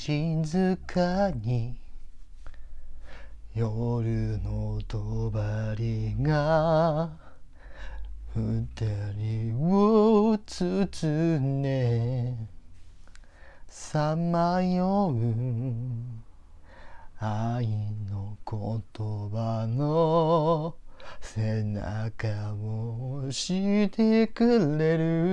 静かに夜の帳が二人を包んでさまよう愛の言葉の背中を押してくれ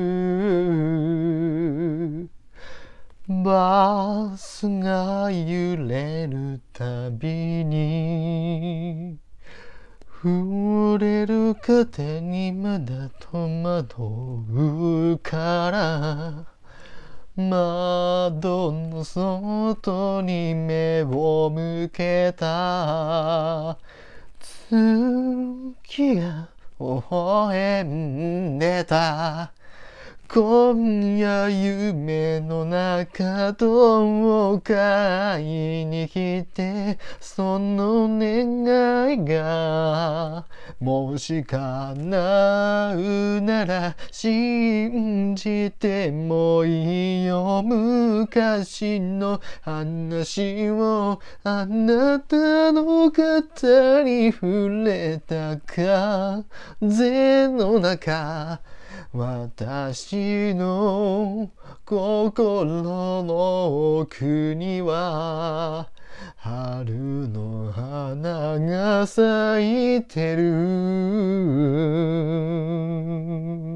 る。バスが揺れるたびに触れる風にまだ戸惑うから、窓の外に目を向けた。月が微笑んでた。今夜夢の中どうか会いに来て、その願いがもし叶うなら信じてもいいよ。昔の話をあなたの肩に触れた風の中、私の心の奥には春の花が咲いてる。